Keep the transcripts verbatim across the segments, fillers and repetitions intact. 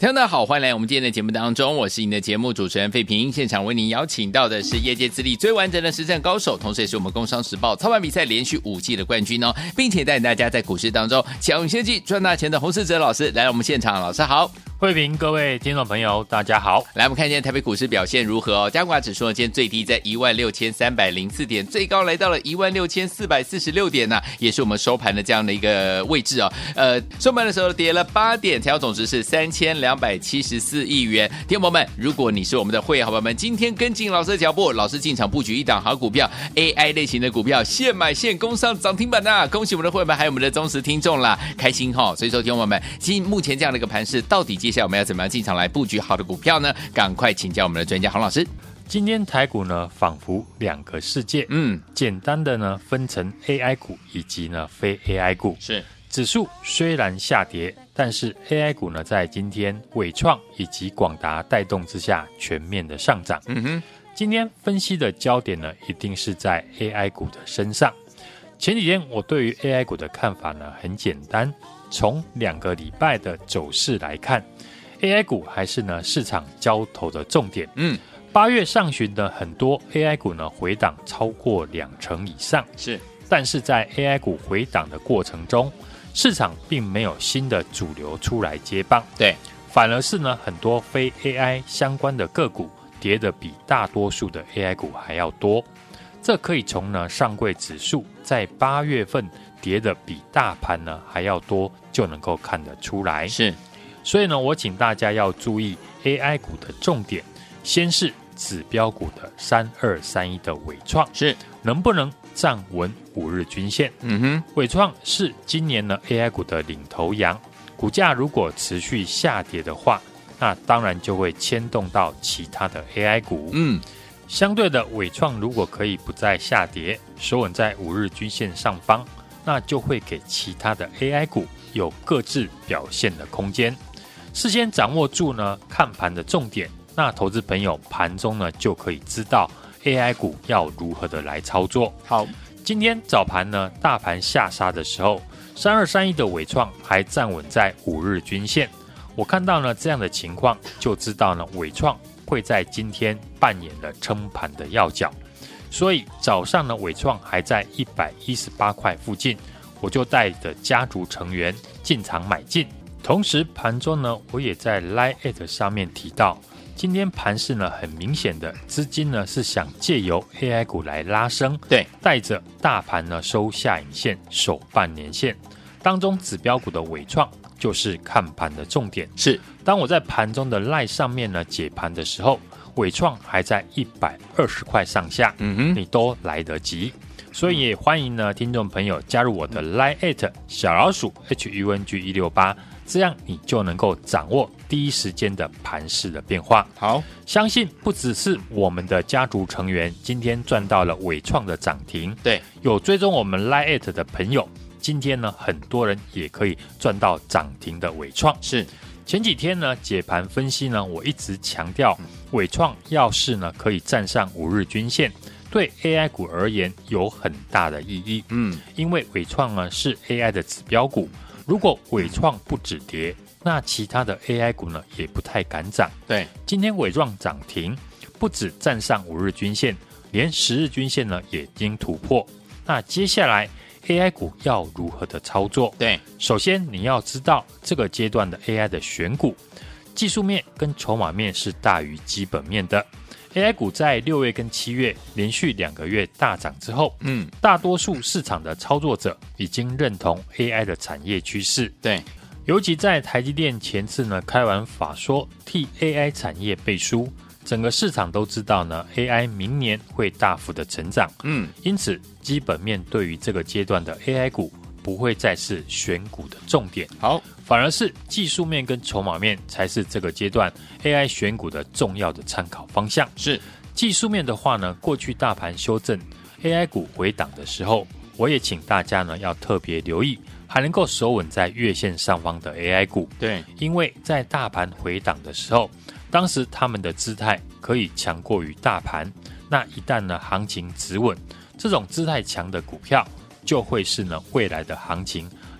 听众大家好，欢迎来我们今天的节目当中，我是您的节目主持人费平。现场为您邀请到的是业界资历最完整的实战高手，同时也是我们工商时报操盘比赛连续五季的冠军哦，并且带领大家在股市当中抢先机赚大钱的洪士哲老师来到我们现场。老师好。 慧平，各位听众朋友大家好。 来，我们看今天台北股市表现如何哦？加权指数呢，今天最低在一万六千三百零四点，最高来到了一万六千四百四十六点呐、啊，也是我们收盘的这样的一个位置哦。呃，收盘的时候跌了八点，成交总值是三千两百七十四亿元。听众朋友们，如果你是我们的会员好朋友们，今天跟进老师的脚步，老师进场布局一档好股票 ，A I 类型的股票，现买现攻上涨停板呐、啊！恭喜我们的会员们，还有我们的忠实听众啦，开心哈、哦！所以说，听众朋友们，今目前这样的一个盘势，到底接下来我们要怎么样进场来布局好的股票呢？赶快请教我们的专家洪老师。 今天台股呢，仿佛两个世界，嗯，简单的呢分成 A I 股以及呢非 A I 股。 是， 指数虽然下跌，但是 A I 股呢在今天伟创以及广达带动之下全面的上涨。嗯哼，今天分析的焦点呢，一定是在 A I 股的身上。前几天我对于 A I 股的看法呢很简单，从两个礼拜的走势来看。A I 股还是呢市场交投的重点。嗯，八月上旬的很多 A I 股呢回档超过两成以上。 是， 但是在 A I 股回档的过程中，市场并没有新的主流出来接棒。 对， 反而是呢很多非 A I 相关的个股跌得比大多数的 A I 股还要多。这可以从呢上柜指数在八月份跌得比大盘呢还要多就能够看得出来。 是。 所以呢，我请大家要注意 A I 股的重点，先是指标股的三二三一的伟创， 是能不能站稳五日均线？嗯哼，伟创是今年呢 A I 股的领头羊，股价如果持续下跌的话，那当然就会牵动到其他的 A I 股。嗯，相对的，伟创如果可以不再下跌，守稳在五日均线上方，那就会给其他的 A I 股有各自表现的空间。事先掌握住呢看盘的重点，那投资朋友盘中呢就可以知道 A I 股要如何的来操作。 好， 今天早盘呢大盘下杀的时候，三二三一的伟创还站稳在五日均线。我看到呢这样的情况，就知道呢伟创会在今天扮演了撑盘的要角。所以早上呢伟创还在一百一十八块附近，我就带着家族成员进场买进。同时盘中呢，我也在 Line@ 上面提到，今天盘势呢很明显的资金呢是想借由 A I 股来拉升， 对， 带着大盘呢收下影线，守半年线。当中指标股的伟创就是看盘的重点。 是， 当我在盘中的 Line 上面呢解盘的时候，伟创还在一百二十块上下，嗯哼，你都来得及。所以也欢迎呢听众朋友加入我的 Line@ 小老鼠 H U N G 一六八，这样你就能够掌握第一时间的盘势的变化。 好， 相信不只是我们的家族成员今天赚到了伟创的涨停， 对， 有追踪我们 Line@ 的朋友，今天呢很多人也可以赚到涨停的伟创。 是， 前几天呢解盘分析呢，我一直强调伟创要是呢可以站上五日均线，对 A I 股而言有很大的意义。嗯，因为伟创呢是 A I 的指标股，如果伟创不止跌，那其他的 A I 股呢也不太敢涨。 对， 今天伟创涨停，不止站上五日均线，连十日均线呢也已经突破。那接下来 A I 股要如何的操作？ 对， 首先你要知道这个阶段的 A I 的选股，技术面跟筹码面是大于基本面的。A I 股在六月跟七月连续两个月大涨之后，嗯，大多数市场的操作者已经认同 A I 的产业趋势。 对， 尤其在台积电前次呢开完法说替 A I 产业背书，整个市场都知道呢 A I 明年会大幅的成长。嗯，因此基本面对于这个阶段的 A I 股不会再是选股的重点。 好， 反而是技术面跟筹码面才是这个阶段 A I 选股的重要的参考方向。 是， 技术面的话呢，过去大盘修正 A I 股回档的时候，我也请大家呢要特别留意，还能够守稳在月线上方的 A I 股。 对， 因为在大盘回档的时候，当时他们的姿态可以强过于大盘，那一旦呢行情止稳，这种姿态强的股票就会是呢未来的行情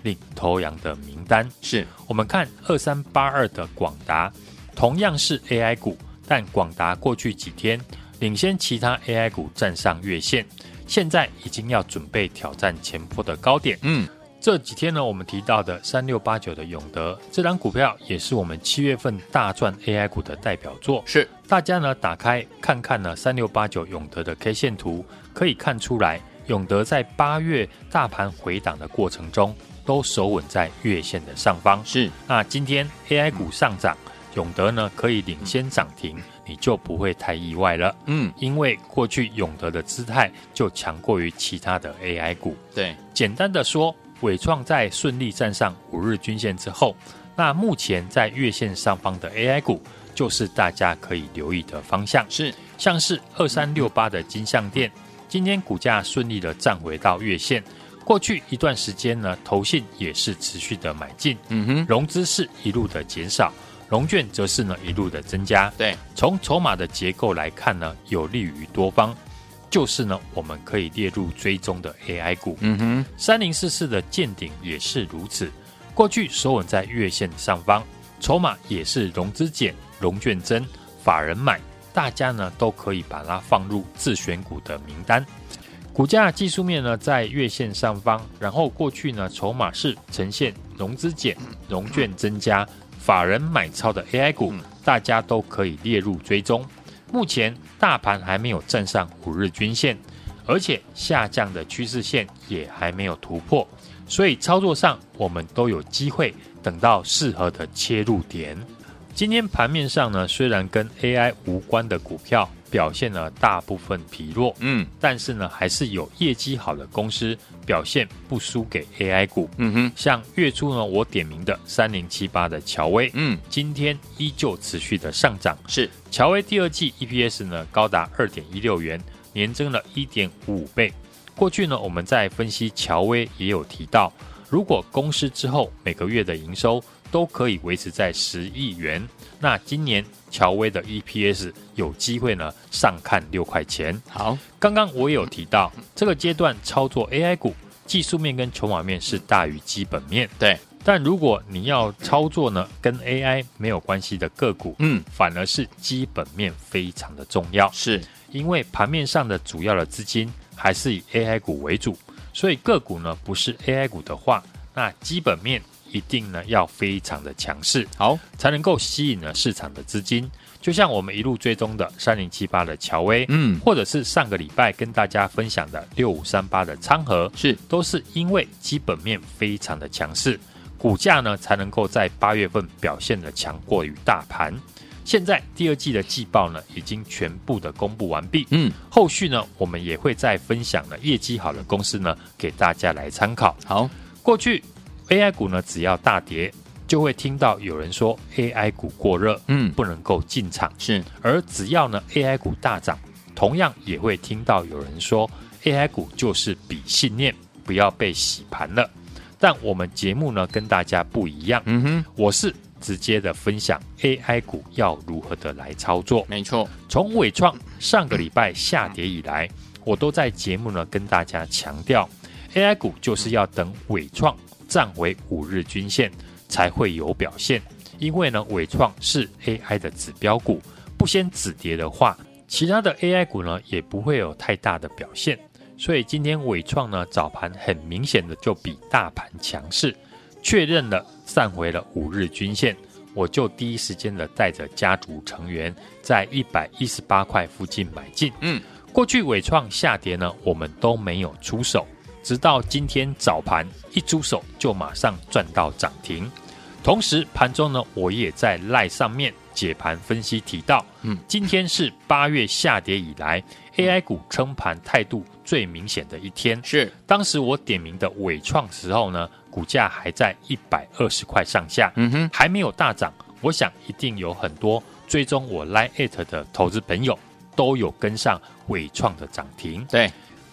领头羊的名单。 是我们看二三八二的广达，同样是 A I 股，但广达过去几天领先其他 A I 股站上月线，现在已经要准备挑战前波的高点。嗯，这几天呢，我们提到的三六八九的永德，这张股票也是我们七月份大赚 A I 股的代表作。 是大家呢打开看看呢三六八九永德的 K 线图，可以看出来，永德在八月大盘回档的过程中，都守稳在月线的上方。 是， 那今天 A I 股上涨，永德呢可以领先涨停，你就不会太意外了。嗯，因为过去永德的姿态就强过于其他的 A I 股。 对， 简单的说，伟创在顺利站上五日均线之后，那目前在月线上方的 A I 股，就是大家可以留意的方向。是，像是二三六八的金像电，今天股价顺利的站回到月线。过去一段时间呢，投信也是持续的买进，嗯哼，融资是一路的减少，融券则是呢一路的增加。对，从筹码的结构来看呢，有利于多方，就是呢我们可以列入追踪的 A I 股。嗯哼，三零四四的见顶也是如此，过去守稳在月线上方，筹码也是融资减，融券增，法人买，大家呢都可以把它放入自选股的名单。股价技术面呢在月线上方，然后过去呢筹码是呈现融资减、融券增加、法人买超的 A I 股，大家都可以列入追踪。目前大盘还没有站上五日均线，而且下降的趋势线也还没有突破，所以操作上我们都有机会等到适合的切入点。今天盘面上呢，虽然跟 A I 无关的股票表现了大部分疲弱，嗯，但是呢，还是有业绩好的公司表现不输给 A I 股，嗯哼，像月初呢，我点名的三零七八的乔威，嗯，今天依旧持续的上涨，是乔威第二季 E P S 呢高达 二点一六元，年增了 一点五五倍。过去呢，我们在分析乔威也有提到，如果公司之后每个月的营收都可以维持在十亿元，那今年乔威的 E P S 有机会呢上看六块钱。好，刚刚我也有提到，这个阶段操作 A I 股，技术面跟筹码面是大于基本面。对，但如果你要操作呢跟 A I 没有关系的个股，嗯，反而是基本面非常的重要。是，因为盘面上的主要的资金还是以 A I 股为主，所以个股呢不是 A I 股的话，那基本面一定呢要非常的强势，好，才能够吸引了市场的资金。就像我们一路追踪的三零七八的乔威，嗯，或者是上个礼拜跟大家分享的六五三八的昌河，是都是因为基本面非常的强势，股价呢才能够在八月份表现的强过于大盘。现在第二季的季报呢已经全部的公布完毕，嗯，后续呢我们也会再分享了业绩好的公司呢给大家来参考。好，过去A I 股呢，只要大跌，就会听到有人说 A I 股过热，嗯，不能够进场。是，而只要呢 A I 股大涨，同样也会听到有人说 A I 股就是比信念，不要被洗盘了。但我们节目呢跟大家不一样，嗯哼，我是直接的分享 A I 股要如何的来操作。没错，从伟创上个礼拜下跌以来，我都在节目呢跟大家强调 ，A I 股就是要等伟创站回五日均线才会有表现，因为呢，伟创是 A I 的指标股，不先止跌的话，其他的 A I 股呢也不会有太大的表现。所以今天伟创呢早盘很明显的就比大盘强势，确认了站回了五日均线，我就第一时间的带着家族成员在一百一十八块附近买进。嗯，过去伟创下跌呢，我们都没有出手。直到今天早盘一出手就马上赚到涨停，同时盘中呢，我也在 LINE 上面解盘分析提到，嗯，今天是八月下跌以来 A I 股撑盘态度最明显的一天。是，当时我点名的伟创时候呢，股价还在一百二十块上下，嗯哼，还没有大涨。我想一定有很多追踪我 LINE@ 的投资朋友都有跟上伟创的涨停。对。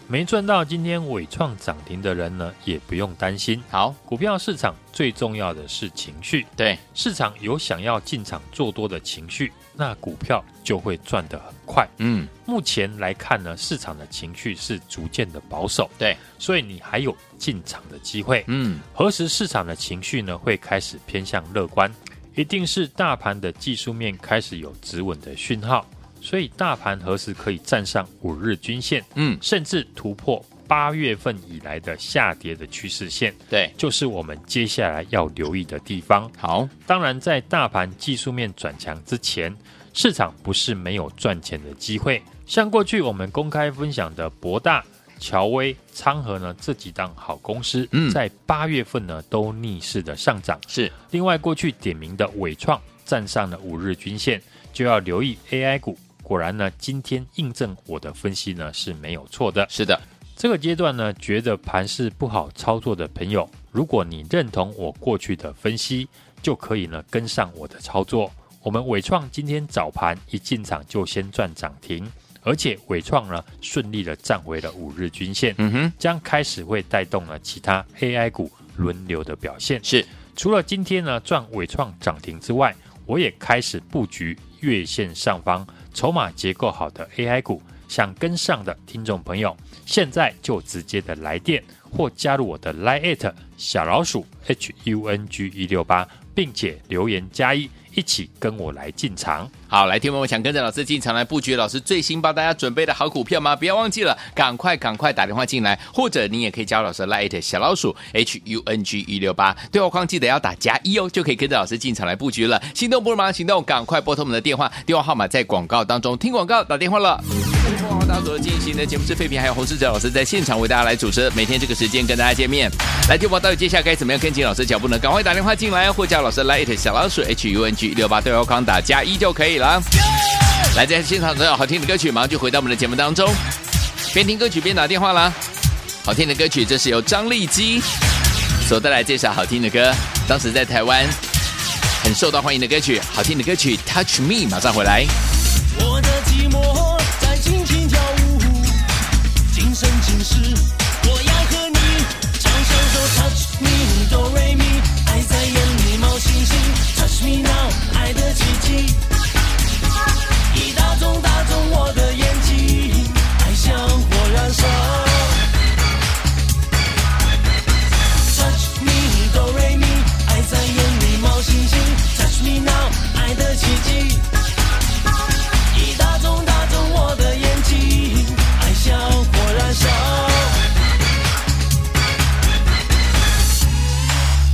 没赚到今天伟创涨停的人呢，也不用担心。 好， 股票市场最重要的是情绪， 对， 市场有想要进场做多的情绪，那股票就会赚得很快。 嗯， 目前来看呢，市场的情绪是逐渐的保守， 对， 所以你还有进场的机会。 嗯， 何时市场的情绪呢会开始偏向乐观？一定是大盘的技术面开始有止稳的讯号。所以大盘何时可以站上五日均线，嗯，甚至突破八月份以来的下跌的趋势线， 对， 就是我们接下来要留意的地方。 好， 当然在大盘技术面转强之前，市场不是没有赚钱的机会。像过去我们公开分享的博大、乔威、昌河呢这几档好公司，嗯，在八月份呢都逆势的上涨。 是， 另外过去点名的伟创站上了五日均线，就要留意 A I 股。果然呢，今天印证我的分析呢是没有错的。 是的， 这个阶段呢，觉得盘势不好操作的朋友，如果你认同我过去的分析，就可以呢跟上我的操作。我们伟创今天早盘一进场就先赚涨停，而且伟创呢顺利的站回了五日均线，嗯哼，将开始会带动了其他 A I 股轮流的表现。 是， 除了今天呢赚伟创涨停之外，我也开始布局月线上方筹码结构好的 A I 股，想跟上的听众朋友，现在就直接的来电或加入我的 Line@ 小老鼠 H U N G 一六八，并且留言加一，一起跟我来进场。 好，来，听众朋友想跟着老师进场来布局老师最新帮大家准备的好股票吗？不要忘记了，赶快赶快打电话进来，或者你也可以加入老师的 Line@ 小老鼠 H U N G 一六八，对话框记得要打加一哦，就可以跟着老师进场来布局了。心动不如马上行动，赶快拨通我们的电话，电话号码在广告当中，听广告打电话了。大家所进行的节目是废品，还有洪世哲老师在现场为大家来主持，每天这个时间跟大家见面。来，听我到底接下来该怎么样跟紧老师脚步呢？赶快打电话进来，或加老师 Line@ 小老鼠 H U N G 一六八，对话框打加一就可以了。来，在现场有好听的歌曲，马上就回到我们的节目当中，边听歌曲边打电话啦。好听的歌曲，这是由张丽基所带来这首好听的歌，当时在台湾很受到欢迎的歌曲，好听的歌曲 Touch Me， 马上回来。 我的寂寞在尽情跳舞，今生今世我要和你唱享受 Touch Me Do Re Mi， 爱在眼里冒星星 Touch Me Now， 爱的奇迹一打中打中我的眼睛，爱像火燃烧 Touch Me Do Re Mi， 爱在眼里冒星星 Touch Me Now， 爱的奇迹一打中打中我的眼睛，爱像火燃烧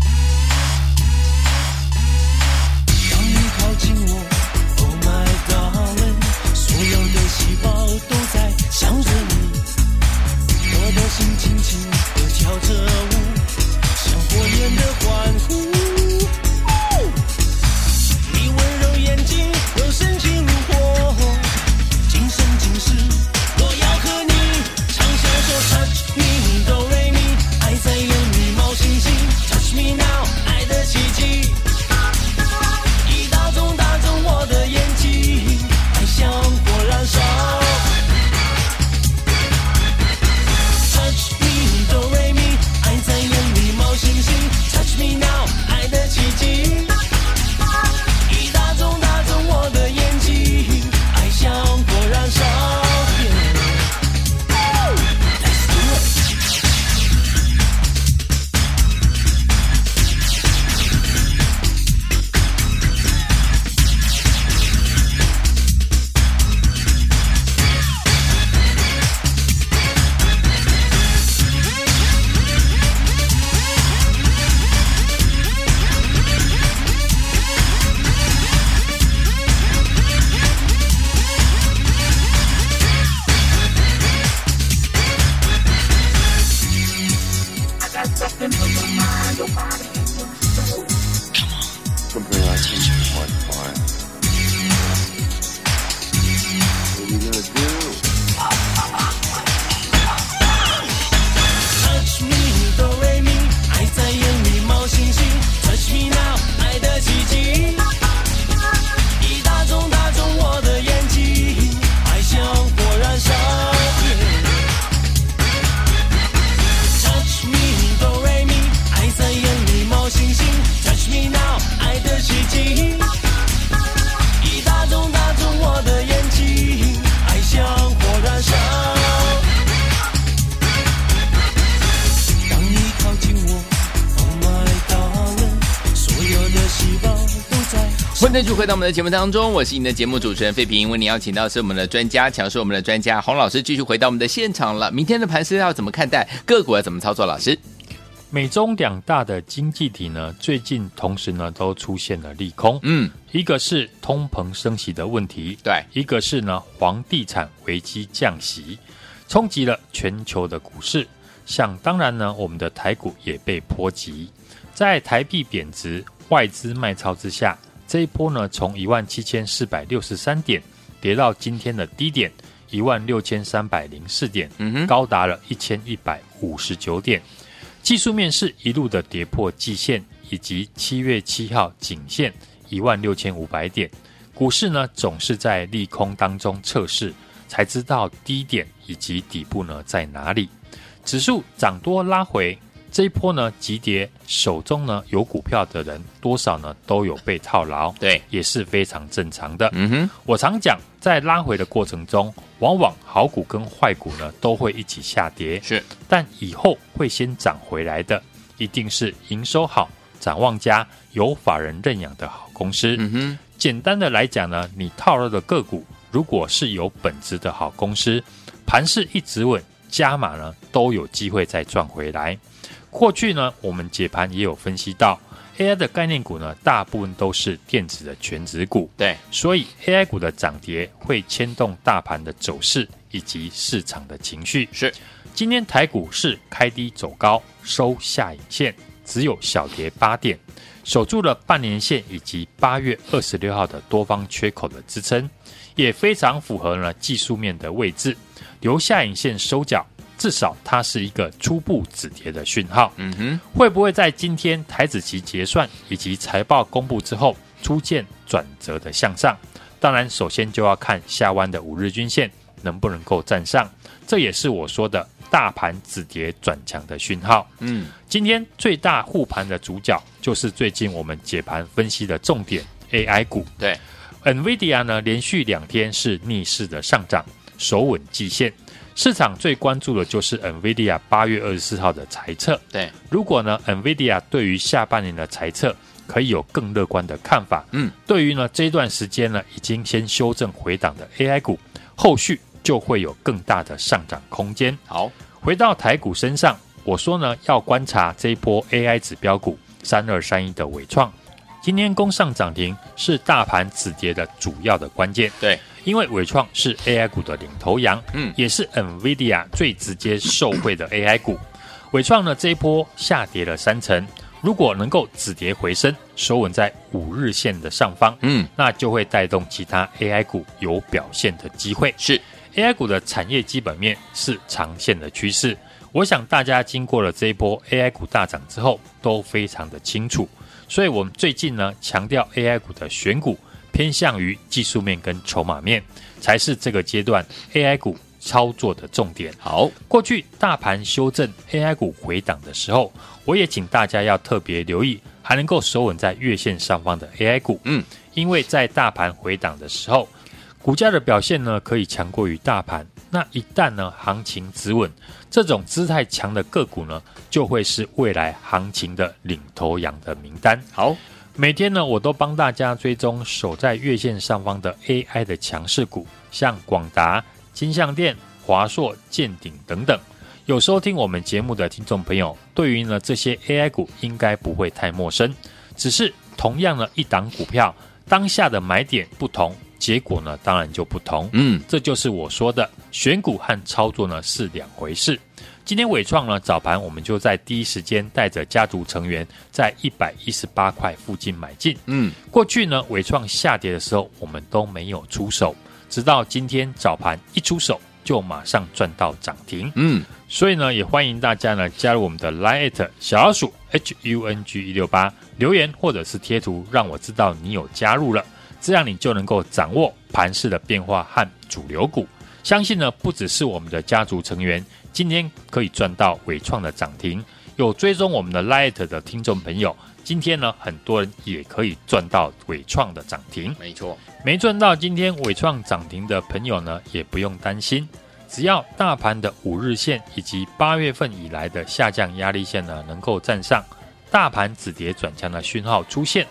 那就回到我们的节目当中，我是你的节目主持人费平，为你邀请到是我们的专家，强势我们的专家洪老师，继续回到我们的现场了。明天的盘势要怎么看待？个股要怎么操作？老师， 美中两大的经济体呢，最近同时呢都出现了利空， 嗯， 一个是通膨升息的问题， 对， 一个是呢房地产危机降息，冲击了全球的股市。想当然呢，我们的台股也被波及，在台币贬值、外资卖超之下。这一波呢，从一万七千四百六十三点跌到今天的低点一万六千三百零四点，嗯、高达了一千一百五十九点。技术面是一路的跌破季线以及七月七号颈线一万六千五百点。股市呢总是在利空当中测试，才知道低点以及底部呢在哪里。指数涨多拉回。这一波呢急跌，手中呢有股票的人多少呢都有被套牢， 对， 也是非常正常的。 嗯哼， 我常讲，在拉回的过程中，往往好股跟坏股呢都会一起下跌， 是， 但以后会先涨回来的，一定是营收好、展望佳、有法人认养的好公司。 嗯哼， 简单的来讲呢，你套了的个股，如果是有本质的好公司，盘势一直稳，加码呢都有机会再赚回来。过去呢，我们解盘也有分析到 A I 的概念股呢，大部分都是电子的全指股， 对， 所以 A I 股的涨跌会牵动大盘的走势以及市场的情绪。 是， 今天台股是开低走高，收下影线，只有小跌八点，守住了半年线以及八月二十六号的多方缺口的支撑，也非常符合了技术面的位置，留下影线收脚。至少它是一个初步止跌的讯号。 嗯哼， 会不会在今天台指期结算以及财报公布之后出现转折的向上？当然，首先就要看下弯的五日均线能不能够站上，这也是我说的大盘止跌转强的讯号。 嗯， 今天最大护盘的主角就是最近我们解盘分析的重点 A I 股。 对 ，NVIDIA 呢连续两天是逆势的上涨，守稳季线。市场最关注的就是 NVIDIA 八月二十四号的财测。 对， 如果呢 NVIDIA 对于下半年的财测可以有更乐观的看法，嗯，对于呢这一段时间呢已经先修正回档的 A I 股，后续就会有更大的上涨空间。 好， 回到台股身上，我说呢要观察这一波 A I 指标股三二三一的伟创，今天攻上涨停是大盘止跌的主要的关键。 对。 因为伟创是 A I 股的领头羊， 嗯， 也是 NVIDIA 最直接受惠的 A I 股。伟创呢这一波下跌了三成，如果能够止跌回升，收稳在五日线的上方，嗯，那就会带动其他 A I 股有表现的机会。 是 A I 股的产业基本面是长线的趋势，我想大家经过了这一波 A I 股大涨之后，都非常的清楚。所以我们最近呢强调 A I 股的选股。偏向于技术面跟筹码面，才是这个阶段 A I 股操作的重点。 好， 过去大盘修正 A I 股回档的时候，我也请大家要特别留意，还能够守稳在月线上方的 A I 股。嗯，因为在大盘回档的时候，股价的表现呢可以强过于大盘。那一旦呢行情止稳，这种姿态强的个股呢，就会是未来行情的领头羊的名单。 好。 每天呢，我都帮大家追踪守在月线上方的 A I 的强势股，像广达、金像电、华硕、健鼎等等。有收听我们节目的听众朋友，对于呢这些 A I 股应该不会太陌生，只是同样的一档股票，当下的买点不同，结果呢当然就不同。嗯，这就是我说的选股和操作呢是两回事。今天伟创呢早盘我们就在第一时间带着家族成员在一百一十八块附近买进。嗯，过去呢伟创下跌的时候我们都没有出手，直到今天早盘一出手就马上赚到涨停。嗯，所以呢也欢迎大家呢加入我们的 Line@ 小老鼠 H U N G 一六八 留言或者是贴图，让我知道你有加入了，这样你就能够掌握盘势的变化和主流股。相信呢不只是我们的家族成员今天可以赚到伟创的涨停，有追踪我们的 Light 的听众朋友，今天呢很多人也可以赚到伟创的涨停。 没错， 没赚到今天伟创涨停的朋友呢也不用担心，只要大盘的五日线以及八月份以来的下降压力线呢能够站上，大盘止跌转强的讯号出现，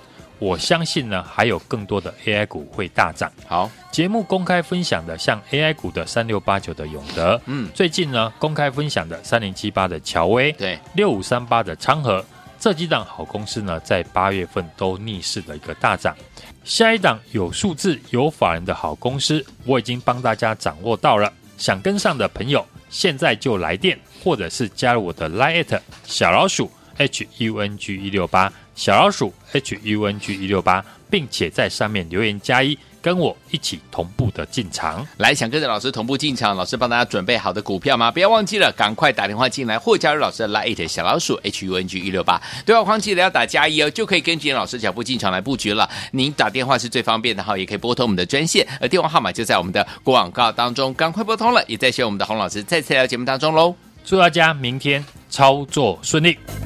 我相信呢还有更多的 A I 股会大涨。 好， 节目公开分享的像 A I 股的三六八九的永德，嗯，最近呢公开分享的三零七八的乔威， 对， 六五三八的昌河，这几档好公司呢在八月份都逆势的一个大涨。下一档有数字有法人的好公司，我已经帮大家掌握到了，想跟上的朋友现在就来电，或者是加入我的 Line 小老鼠 H U N G 一六八 小老鼠 H U N G 一六八，并且在上面留言加一，跟我一起同步的进场。 来，想跟着老师同步进场，老师帮大家准备好的股票吗？不要忘记了，赶快打电话进来或加入老师的 Line 小老鼠 H U N G 一六八，对话框记得要打加一哦，就可以跟紧老师脚步进场来布局了。您打电话是最方便的哈，也可以拨通我们的专线，而电话号码就在我们的广告当中，赶快拨通了。也在谢我们的洪老师再次来到节目当中喽。 祝大家明天操作顺利。